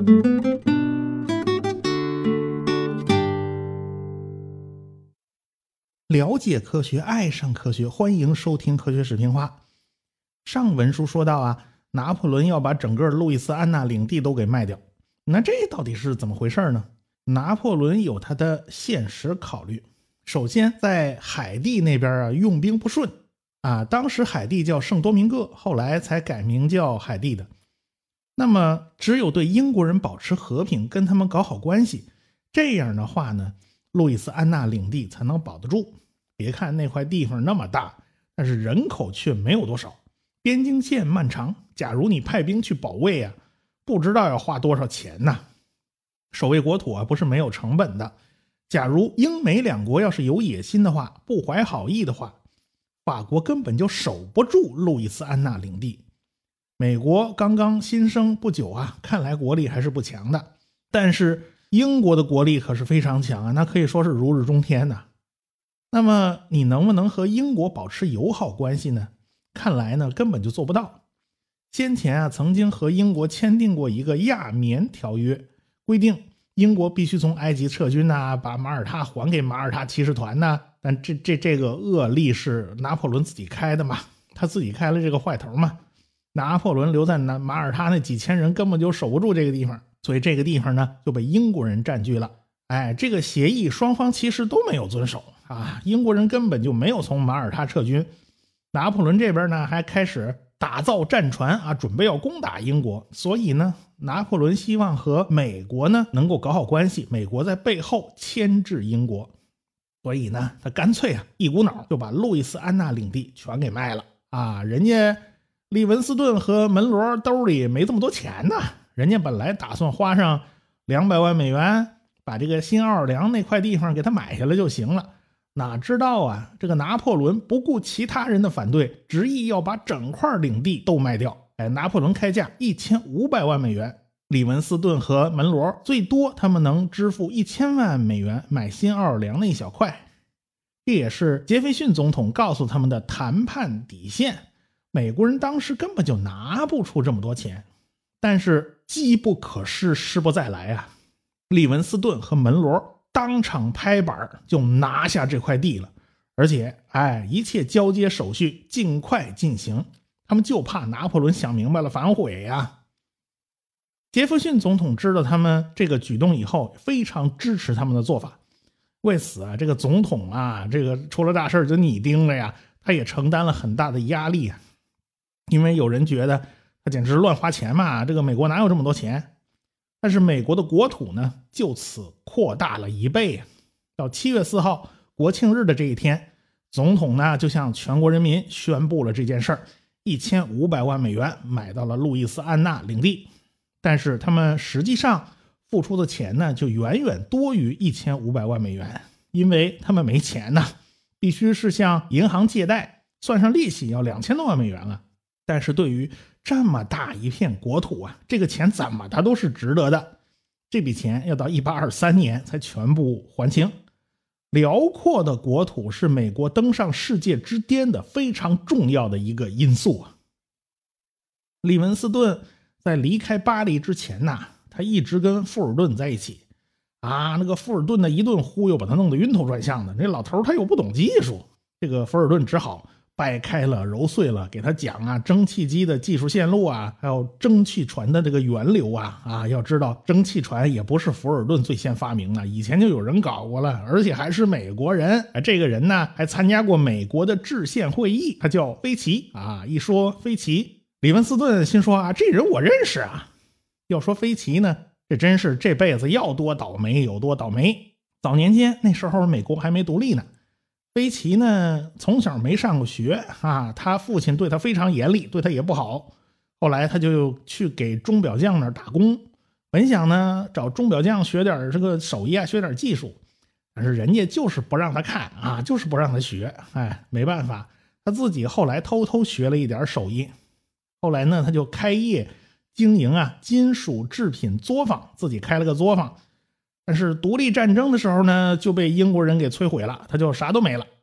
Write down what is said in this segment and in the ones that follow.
了解科学，爱上科学，欢迎收听科学视频化。上文书说到啊，拿破仑要把整个路易斯安那领地都给卖掉，那这到底是怎么回事呢？拿破仑有他的现实考虑。首先在海地那边啊，用兵不顺啊，当时海地叫圣多明各，后来才改名叫海地的。那么只有对英国人保持和平，跟他们搞好关系，这样的话呢，路易斯安那领地才能保得住。别看那块地方那么大，但是人口却没有多少，边境线漫长，假如你派兵去保卫啊，不知道要花多少钱呢。守卫国土啊，不是没有成本的。假如英美两国要是有野心的话，不怀好意的话，法国根本就守不住路易斯安那领地。美国刚刚新生不久啊，看来国力还是不强的，但是英国的国力可是非常强啊，那可以说是如日中天呐。那么你能不能和英国保持友好关系呢？看来呢，根本就做不到。先前啊，曾经和英国签订过一个亚缅条约，规定英国必须从埃及撤军呐，把马耳他还给马耳他骑士团呐。但这个恶例是拿破仑自己开的嘛，他自己开了这个坏头嘛。拿破仑留在马耳他那几千人根本就守不住这个地方，所以这个地方呢就被英国人占据了。这个协议双方其实都没有遵守啊，英国人根本就没有从马耳他撤军。拿破仑这边呢还开始打造战船啊，准备要攻打英国。所以呢，拿破仑希望和美国呢能够搞好关系，美国在背后牵制英国。所以呢，他干脆啊一股脑就把路易斯安那领地全给卖了啊。人家利文斯顿和门罗兜里没这么多钱呢，人家本来打算花上200万美元把这个新奥尔良那块地方给他买下来就行了。哪知道啊，这个拿破仑不顾其他人的反对，执意要把整块领地都卖掉。拿破仑开价1500万美元，利文斯顿和门罗最多他们能支付1000万美元买新奥尔良那一小块。这也是杰斐逊总统告诉他们的谈判底线。美国人当时根本就拿不出这么多钱，但是机不可失，失不再来啊！利文斯顿和门罗当场拍板就拿下这块地了，而且一切交接手续尽快进行，他们就怕拿破仑想明白了反悔呀。杰斐逊总统知道他们这个举动以后，非常支持他们的做法。为此啊，这个总统啊，这个出了大事就你盯了呀，他也承担了很大的压力啊。因为有人觉得他简直是乱花钱嘛，这个美国哪有这么多钱？但是美国的国土呢，就此扩大了1倍啊。到7月4号国庆日的这一天，总统呢就向全国人民宣布了这件事儿，1500万美元买到了路易斯安那领地。但是他们实际上付出的钱呢，就远远多于1500万美元，因为他们没钱呢，必须是向银行借贷，算上利息要2000多万美元了。但是对于这么大一片国土啊，这个钱怎么它都是值得的。这笔钱要到1823年才全部还清。辽阔的国土是美国登上世界之巅的非常重要的一个因素啊。利文斯顿在离开巴黎之前呐，他一直跟富尔顿在一起啊。那个富尔顿的一顿忽悠把他弄得晕头转向的，那老头他又不懂技术，这个富尔顿只好掰开了揉碎了给他讲啊，蒸汽机的技术线路啊，还有蒸汽船的这个源流啊。要知道蒸汽船也不是福尔顿最先发明的，以前就有人搞过了，而且还是美国人。这个人呢还参加过美国的制宪会议，他叫菲奇啊。一说菲奇，利文斯顿心说啊，这人我认识啊。要说菲奇呢，这真是这辈子要多倒霉有多倒霉。早年间那时候美国还没独立呢，菲奇呢从小没上过学啊，他父亲对他非常严厉，对他也不好。后来他就去给钟表匠那儿打工，本想呢找钟表匠学点这个手艺啊，学点技术，但是人家就是不让他看啊，就是不让他学。没办法，他自己后来偷偷学了一点手艺。后来呢，他就开业经营啊金属制品作坊，自己开了个作坊。但是独立战争的时候呢，就被英国人给摧毁了，他就啥都没了。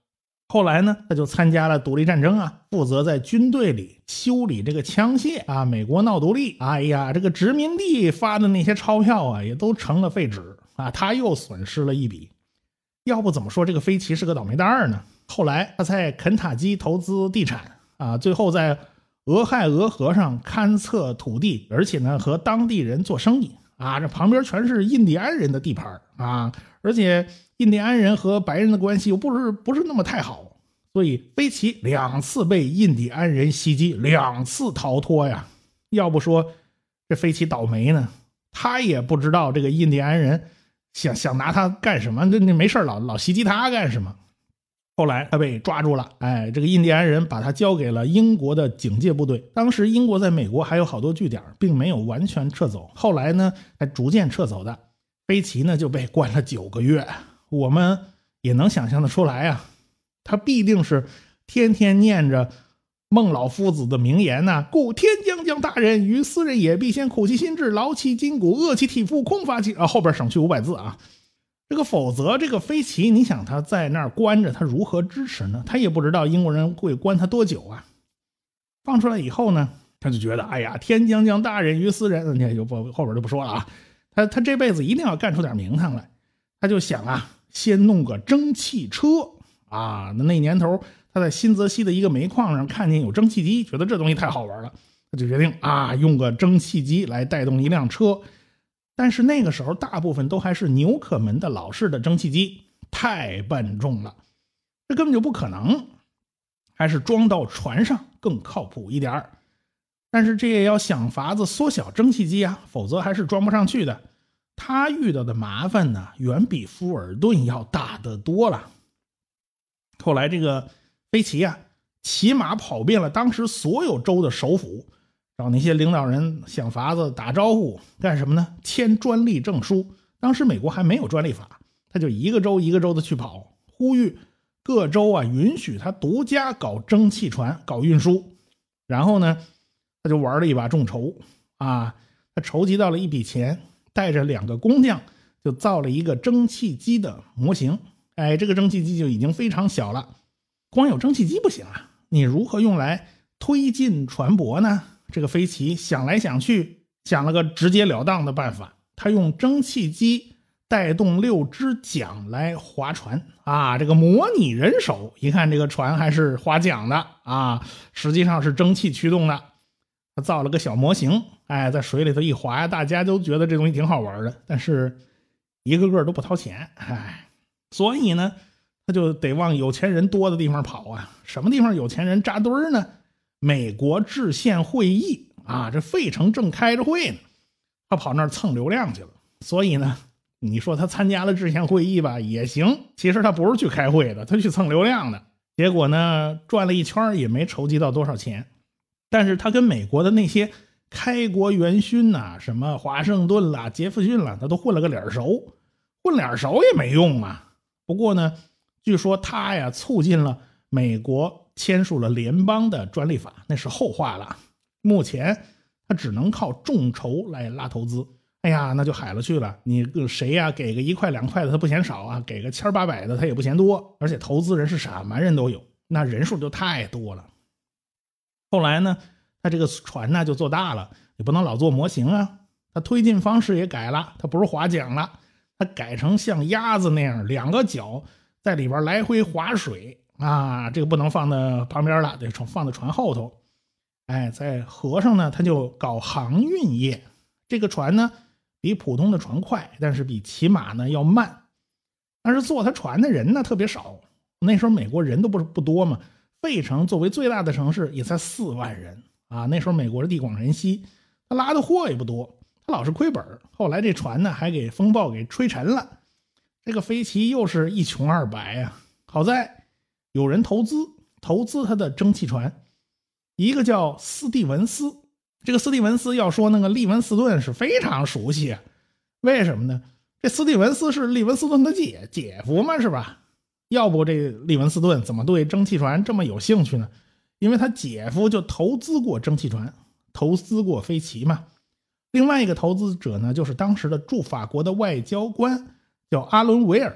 后来呢，他就参加了独立战争啊，负责在军队里修理这个枪械啊。美国闹独立，哎呀，这个殖民地发的那些钞票啊，也都成了废纸啊，他又损失了一笔。要不怎么说这个菲奇是个倒霉蛋儿呢？后来他在肯塔基投资地产啊，最后在俄亥俄河上勘测土地，而且呢和当地人做生意啊，这旁边全是印第安人的地盘啊，而且印第安人和白人的关系又不是那么太好，所以菲奇2次被印第安人袭击，2次逃脱呀。要不说这菲奇倒霉呢，他也不知道这个印第安人想拿他干什么，这没事老袭击他干什么。后来他被抓住了，这个印第安人把他交给了英国的警戒部队。当时英国在美国还有好多据点，并没有完全撤走，后来呢才逐渐撤走的。菲奇呢就被关了9个月。我们也能想象得出来啊，他必定是天天念着孟老夫子的名言呐，故天将降大任于斯人也，必先苦其心志，劳其筋骨，饿其体肤，空乏其后边省去500字啊。这个否则这个菲奇，你想他在那儿关着，他如何支持呢？他也不知道英国人会关他多久啊。放出来以后呢，他就觉得哎呀，天将降大任于斯人，你就后边就不说了啊。他这辈子一定要干出点名堂来。他就想啊，先弄个蒸汽车啊。那年头他在新泽西的一个煤矿上看见有蒸汽机，觉得这东西太好玩了，他就决定啊，用个蒸汽机来带动一辆车。但是那个时候大部分都还是纽可门的老式的蒸汽机，太笨重了，这根本就不可能，还是装到船上更靠谱一点。但是这也要想法子缩小蒸汽机啊，否则还是装不上去的。他遇到的麻烦呢，远比富尔顿要大得多了。后来这个菲奇啊，骑马跑遍了当时所有州的首府，找那些领导人想法子打招呼，干什么呢？签专利证书。当时美国还没有专利法，他就一个州一个州的去跑，呼吁各州啊允许他独家搞蒸汽船，搞运输。然后呢，他就玩了一把众筹啊，他筹集到了一笔钱，带着2个工匠就造了一个蒸汽机的模型。这个蒸汽机就已经非常小了，光有蒸汽机不行啊，你如何用来推进船舶呢？这个菲奇想来想去，想了个直截了当的办法，他用蒸汽机带动6只桨来划船啊，这个模拟人手，一看这个船还是划桨的啊，实际上是蒸汽驱动的。他造了个小模型，在水里头一划，大家都觉得这东西挺好玩的，但是一个个都不掏钱，所以呢，他就得往有钱人多的地方跑啊。什么地方有钱人扎堆呢？美国制宪会议啊，这费城正开着会呢，他跑那儿蹭流量去了。所以呢，你说他参加了制宪会议吧，也行。其实他不是去开会的，他去蹭流量的。结果呢，转了一圈也没筹集到多少钱。但是他跟美国的那些开国元勋呐，什么华盛顿啦、杰弗逊啦，他都混了个脸熟，混脸熟也没用啊。不过呢，据说他呀促进了美国签署了联邦的专利法，那是后话了。目前他只能靠众筹来拉投资。那就海了去了。你谁呀给个1块2块的他不嫌少啊，给个1800的他也不嫌多，而且投资人是什么人都有，那人数就太多了。后来呢，他这个船呢就做大了，也不能老做模型啊，他推进方式也改了，他不是划桨了，他改成像鸭子那样2个脚在里边来回划水啊，这个不能放在旁边了，得放在船后头。在河上呢，他就搞航运业。这个船呢比普通的船快，但是比骑马呢要慢。但是坐他船的人呢特别少，那时候美国人都不多嘛，费城作为最大的城市也才4万人啊。那时候美国是地广人稀，他拉的货也不多，他老是亏本。后来这船呢还给风暴给吹沉了。这个菲奇又是一穷二白啊。好在有人投资他的蒸汽船，一个叫斯蒂文斯。这个斯蒂文斯要说那个利文斯顿是非常熟悉啊。为什么呢？这斯蒂文斯是利文斯顿的姐夫嘛，是吧？要不这利文斯顿怎么对蒸汽船这么有兴趣呢？因为他姐夫就投资过蒸汽船，投资过菲奇嘛。另外一个投资者呢，就是当时的驻法国的外交官，叫阿伦维尔。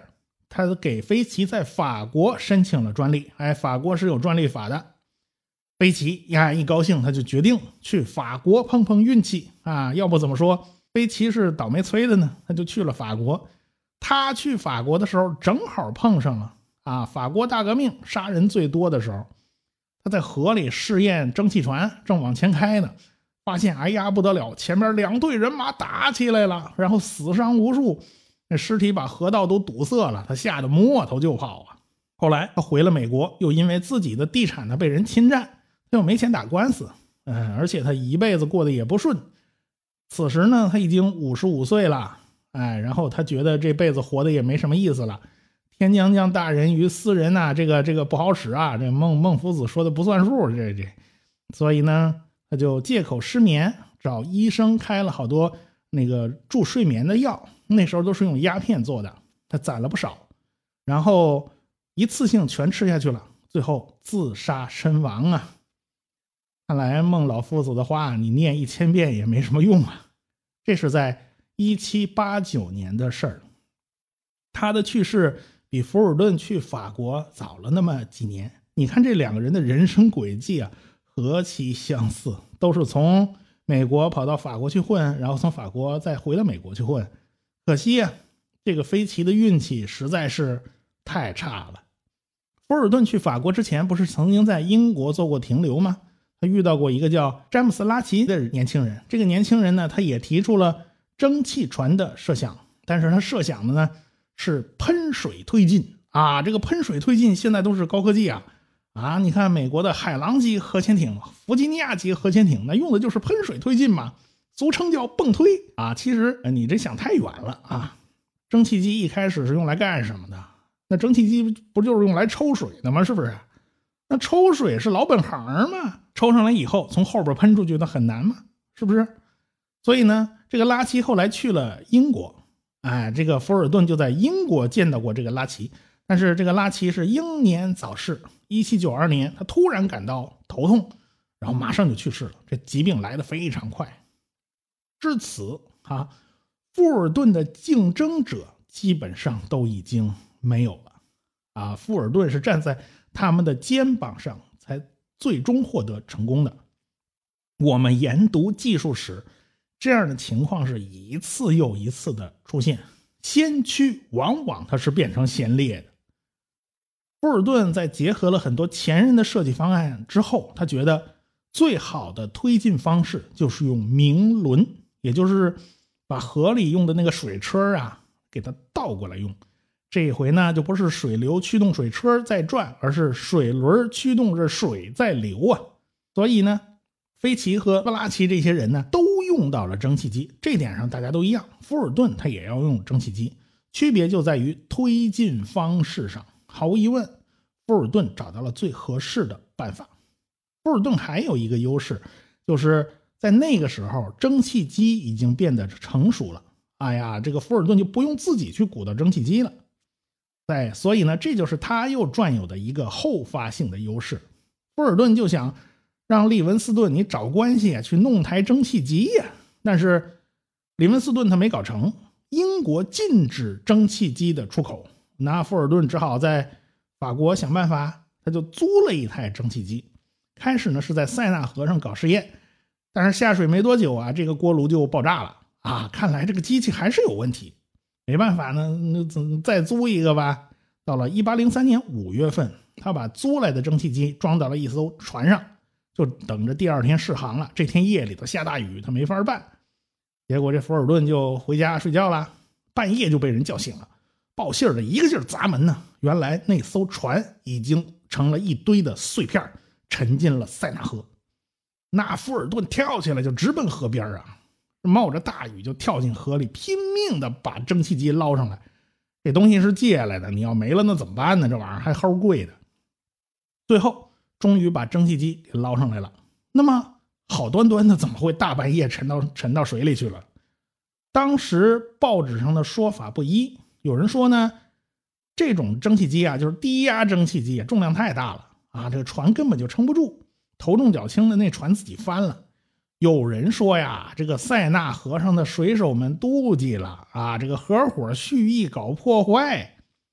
他给飞奇在法国申请了专利。法国是有专利法的。飞奇呀一高兴，他就决定去法国碰碰运气啊！要不怎么说飞奇是倒霉催的呢？他就去了法国。他去法国的时候，正好碰上了法国大革命杀人最多的时候。他在河里试验蒸汽船，正往前开呢，发现哎呀不得了，前面2队人马打起来了，然后死伤无数，那尸体把河道都堵塞了，他吓得摸头就跑啊！后来他回了美国，又因为自己的地产呢被人侵占。他又没钱打官司，而且他一辈子过得也不顺。此时呢，他已经55岁了，然后他觉得这辈子活得也没什么意思了。天将降大任于斯人呐，这个不好使啊，这孟夫子说的不算数，所以呢，他就借口失眠，找医生开了好多那个助睡眠的药，那时候都是用鸦片做的，他攒了不少，然后一次性全吃下去了，最后自杀身亡啊。看来孟老夫子的话你念1000遍也没什么用啊。这是在1789年的事儿。他的去世比福尔顿去法国早了那么几年。你看这2个人的人生轨迹啊，何其相似，都是从美国跑到法国去混，然后从法国再回到美国去混。可惜啊，这个飞奇的运气实在是太差了。福尔顿去法国之前不是曾经在英国做过停留吗？他遇到过一个叫詹姆斯·拉奇的年轻人，这个年轻人呢，他也提出了蒸汽船的设想，但是他设想的呢是喷水推进啊，这个喷水推进现在都是高科技啊，你看美国的海狼级核潜艇、弗吉尼亚级核潜艇，那用的就是喷水推进嘛，俗称叫泵推啊。其实你这想太远了啊，蒸汽机一开始是用来干什么的？那蒸汽机不就是用来抽水的吗？是不是？那抽水是老本行嘛，抽上来以后从后边喷出去那很难嘛，是不是？所以呢，这个拉奇后来去了英国，这个福尔顿就在英国见到过这个拉奇，但是这个拉奇是英年早逝，1792年他突然感到头痛，然后马上就去世了，这疾病来得非常快。至此福尔顿的竞争者基本上都已经没有了福尔顿是站在他们的肩膀上才最终获得成功的。我们研读技术史，这样的情况是一次又一次的出现，先驱往往它是变成先烈的。福尔顿在结合了很多前人的设计方案之后，他觉得最好的推进方式就是用明轮，也就是把河里用的那个水车给它倒过来用。这一回呢，就不是水流驱动水车在转，而是水轮驱动着水在流所以呢，飞奇和布拉奇这些人呢，都用到了蒸汽机，这点上大家都一样。福尔顿他也要用蒸汽机，区别就在于推进方式上。毫无疑问，福尔顿找到了最合适的办法。福尔顿还有一个优势，就是在那个时候蒸汽机已经变得成熟了。这个福尔顿就不用自己去鼓捣蒸汽机了。所以呢，这就是他又专有的一个后发性的优势。福尔顿就想让利文斯顿你找关系去弄台蒸汽机但是利文斯顿他没搞成，英国禁止蒸汽机的出口，那福尔顿只好在法国想办法，他就租了一台蒸汽机。开始呢是在塞纳河上搞试验，但是下水没多久这个锅炉就爆炸了看来这个机器还是有问题。没办法呢，再租一个吧。到了1803年5月份，他把租来的蒸汽机装到了一艘船上，就等着第二天试航了。这天夜里头下大雨，他没法办。结果这福尔顿就回家睡觉了，半夜就被人叫醒了，报信的一个劲儿砸门呢。原来那艘船已经成了一堆的碎片，沉进了塞纳河。那福尔顿跳起来就直奔河边冒着大雨就跳进河里，拼命的把蒸汽机捞上来。这东西是借来的，你要没了那怎么办呢？这玩意儿还齁贵的。最后终于把蒸汽机给捞上来了。那么好端端的怎么会大半夜沉到水里去了？当时报纸上的说法不一，有人说呢，这种蒸汽机就是低压蒸汽机重量太大了这个船根本就撑不住，头重脚轻的那船自己翻了。有人说这个塞纳河上的水手们妒忌了这个合伙蓄意搞破坏。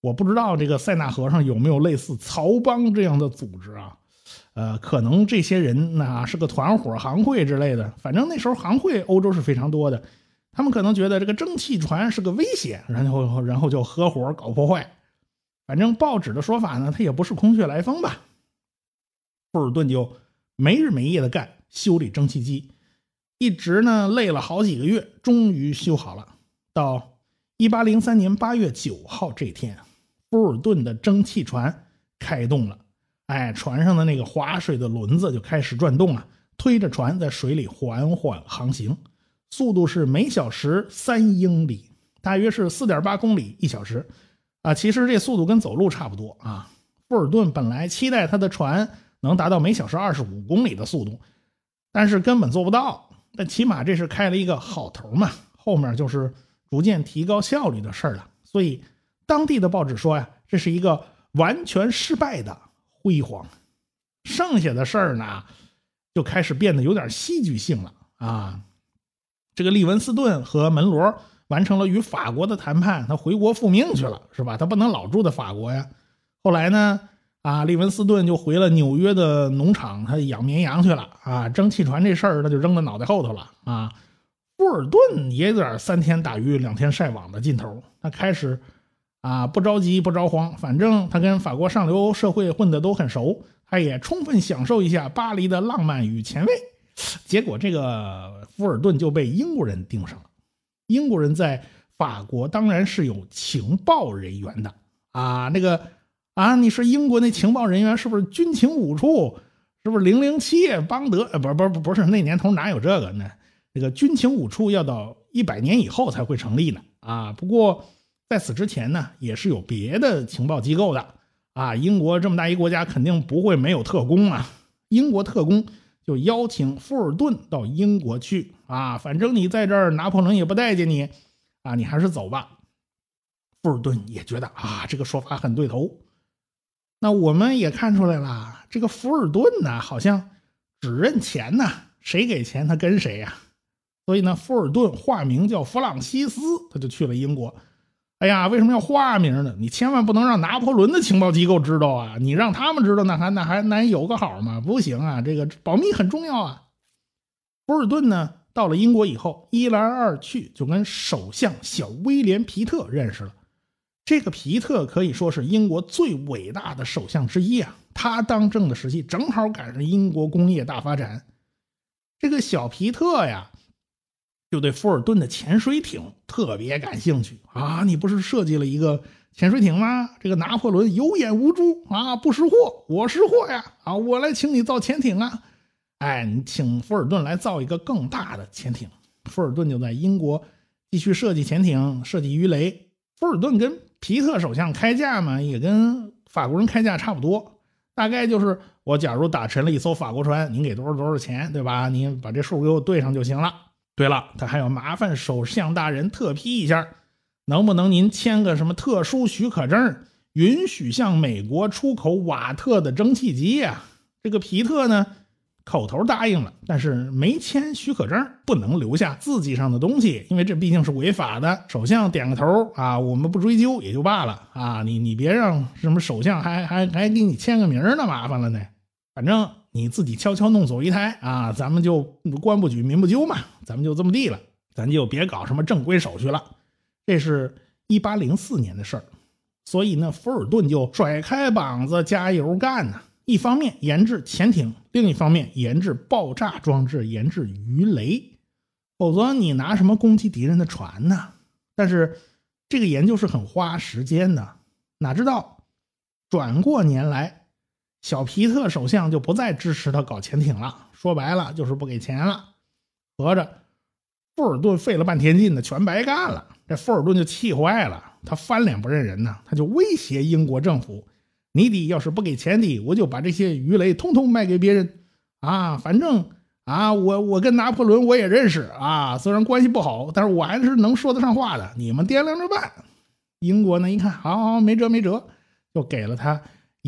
我不知道这个塞纳河上有没有类似曹帮这样的组织啊？可能这些人是个团伙行会之类的，反正那时候行会欧洲是非常多的，他们可能觉得这个蒸汽船是个威胁，然后就合伙搞破坏。反正报纸的说法呢，它也不是空穴来风吧。富尔顿就没日没夜的干修理蒸汽机，一直呢累了好几个月，终于修好了。到1803年8月9号这天，富尔顿的蒸汽船开动了。船上的那个划水的轮子就开始转动了，推着船在水里缓缓航行，速度是每小时3英里，大约是 4.8 公里一小时。其实这速度跟走路差不多啊。富尔顿本来期待他的船能达到每小时25公里的速度，但是根本做不到。但起码这是开了一个好头嘛，后面就是逐渐提高效率的事了。所以当地的报纸说呀，这是一个完全失败的辉煌。剩下的事儿呢，就开始变得有点戏剧性了啊。这个利文斯顿和门罗完成了与法国的谈判，他回国复命去了，是吧？他不能老住在法国呀。后来呢，利文斯顿就回了纽约的农场，他养绵羊去了啊。蒸汽船这事儿他就扔到脑袋后头了啊。富尔顿也有点3天打鱼2天晒网的劲头，他开始不着急不着慌，反正他跟法国上流社会混得都很熟，他也充分享受一下巴黎的浪漫与前卫。结果这个富尔顿就被英国人盯上了。英国人在法国当然是有情报人员的你说英国那情报人员是不是军情五处？是不是007邦德？不是，那年头哪有这个呢？这个军情五处要到100年以后才会成立呢不过在此之前呢，也是有别的情报机构的英国这么大一国家，肯定不会没有特工啊。英国特工就邀请富尔顿到英国去反正你在这儿拿破仑也不待见你你还是走吧。富尔顿也觉得这个说法很对头。那我们也看出来了，这个富尔顿呢，好像只认钱呢，谁给钱他跟谁呀。所以呢，富尔顿化名叫弗朗西斯，他就去了英国。为什么要化名呢？你千万不能让拿破仑的情报机构知道啊！你让他们知道，那还有个好吗？不行啊，这个保密很重要啊。富尔顿呢，到了英国以后，一来二去就跟首相小威廉皮特认识了。这个皮特可以说是英国最伟大的首相之一他当政的时期正好赶上英国工业大发展。这个小皮特呀，就对富尔顿的潜水艇特别感兴趣你不是设计了一个潜水艇吗？这个拿破仑有眼无珠不识货，我识货呀我来请你造潜艇你请富尔顿来造一个更大的潜艇。富尔顿就在英国继续设计潜艇，设计鱼雷。富尔顿跟皮特首相开价嘛，也跟法国人开价差不多，大概就是我假如打沉了一艘法国船，您给多少钱，对吧？您把这数给我对上就行了。对了，他还要麻烦首相大人特批一下，能不能您签个什么特殊许可证，允许向美国出口瓦特的蒸汽机这个皮特呢，口头答应了，但是没签许可证，不能留下字迹上的东西，因为这毕竟是违法的。首相点个头我们不追究也就罢了你别让什么首相还给你签个名呢，麻烦了呢。反正你自己悄悄弄走一台咱们就官不举民不究嘛，咱们就这么地了，咱就别搞什么正规手续了。这是1804年的事儿，所以呢，富尔顿就甩开膀子加油干一方面研制潜艇，另一方面研制爆炸装置，研制鱼雷，否则你拿什么攻击敌人的船呢？但是这个研究是很花时间的，哪知道转过年来，小皮特首相就不再支持他搞潜艇了，说白了就是不给钱了。合着富尔顿费了半天劲的全白干了，这富尔顿就气坏了，他翻脸不认人呢，他就威胁英国政府，你得要是不给钱的，我就把这些鱼雷通通卖给别人反正我跟拿破仑我也认识虽然关系不好，但是我还是能说得上话的，你们掂量着办。英国呢一看好没辙，就给了他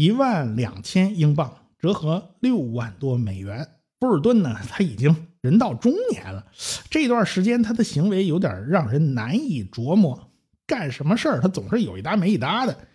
12000英镑，折合6万多美元。富尔顿呢，他已经人到中年了，这段时间他的行为有点让人难以琢磨，干什么事儿他总是有一搭没一搭的。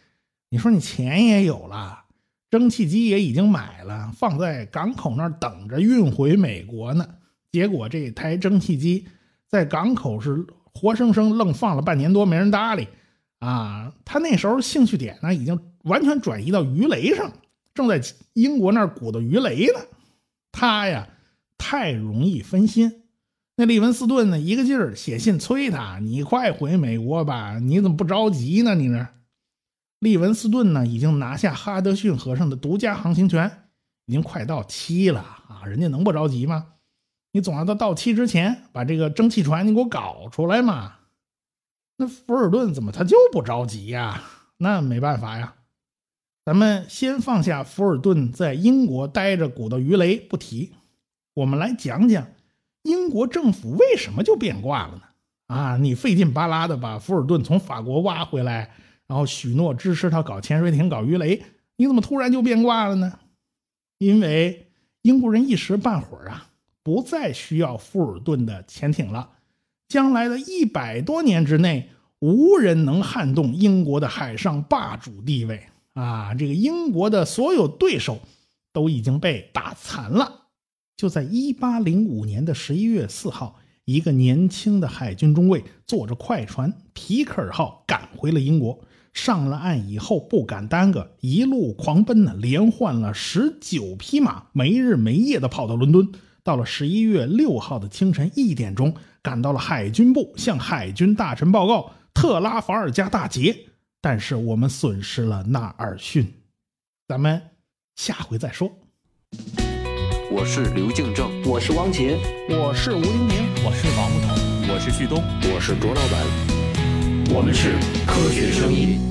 你说你钱也有了，蒸汽机也已经买了，放在港口那儿等着运回美国呢。结果这台蒸汽机在港口是活生生愣放了半年多，没人搭理啊。他那时候兴趣点呢，已经完全转移到鱼雷上，正在英国那儿鼓捣鱼雷呢。他呀太容易分心。那利文斯顿呢，一个劲儿写信催他，你快回美国吧，你怎么不着急呢？你这利文斯顿呢，已经拿下哈德逊河上的独家航行权，已经快到期了啊！人家能不着急吗？你总要到期之前把这个蒸汽船你给我搞出来嘛。那福尔顿怎么他就不着急呀？那没办法呀。咱们先放下福尔顿在英国待着鼓捣鱼雷不提，我们来讲讲英国政府为什么就变卦了呢？啊，你费劲巴拉的把福尔顿从法国挖回来，然后许诺支持他搞潜水艇搞鱼雷，你怎么突然就变卦了呢？因为英国人一时半会儿不再需要福尔顿的潜艇了，将来的100多年之内无人能撼动英国的海上霸主地位啊！这个英国的所有对手都已经被打残了。就在1805年的11月4号，一个年轻的海军中尉坐着快船皮克尔号赶回了英国。上了岸以后不敢耽搁，一路狂奔呢，连换了19匹马，没日没夜的跑到伦敦。到了11月6号的清晨1点钟，赶到了海军部，向海军大臣报告特拉法尔加大捷，但是我们损失了纳尔逊。咱们下回再说。 我是刘敬正， 我是汪杰， 我是吴黎明， 我是王木头， 我是旭东， 我是卓老板， 我们是科学声音。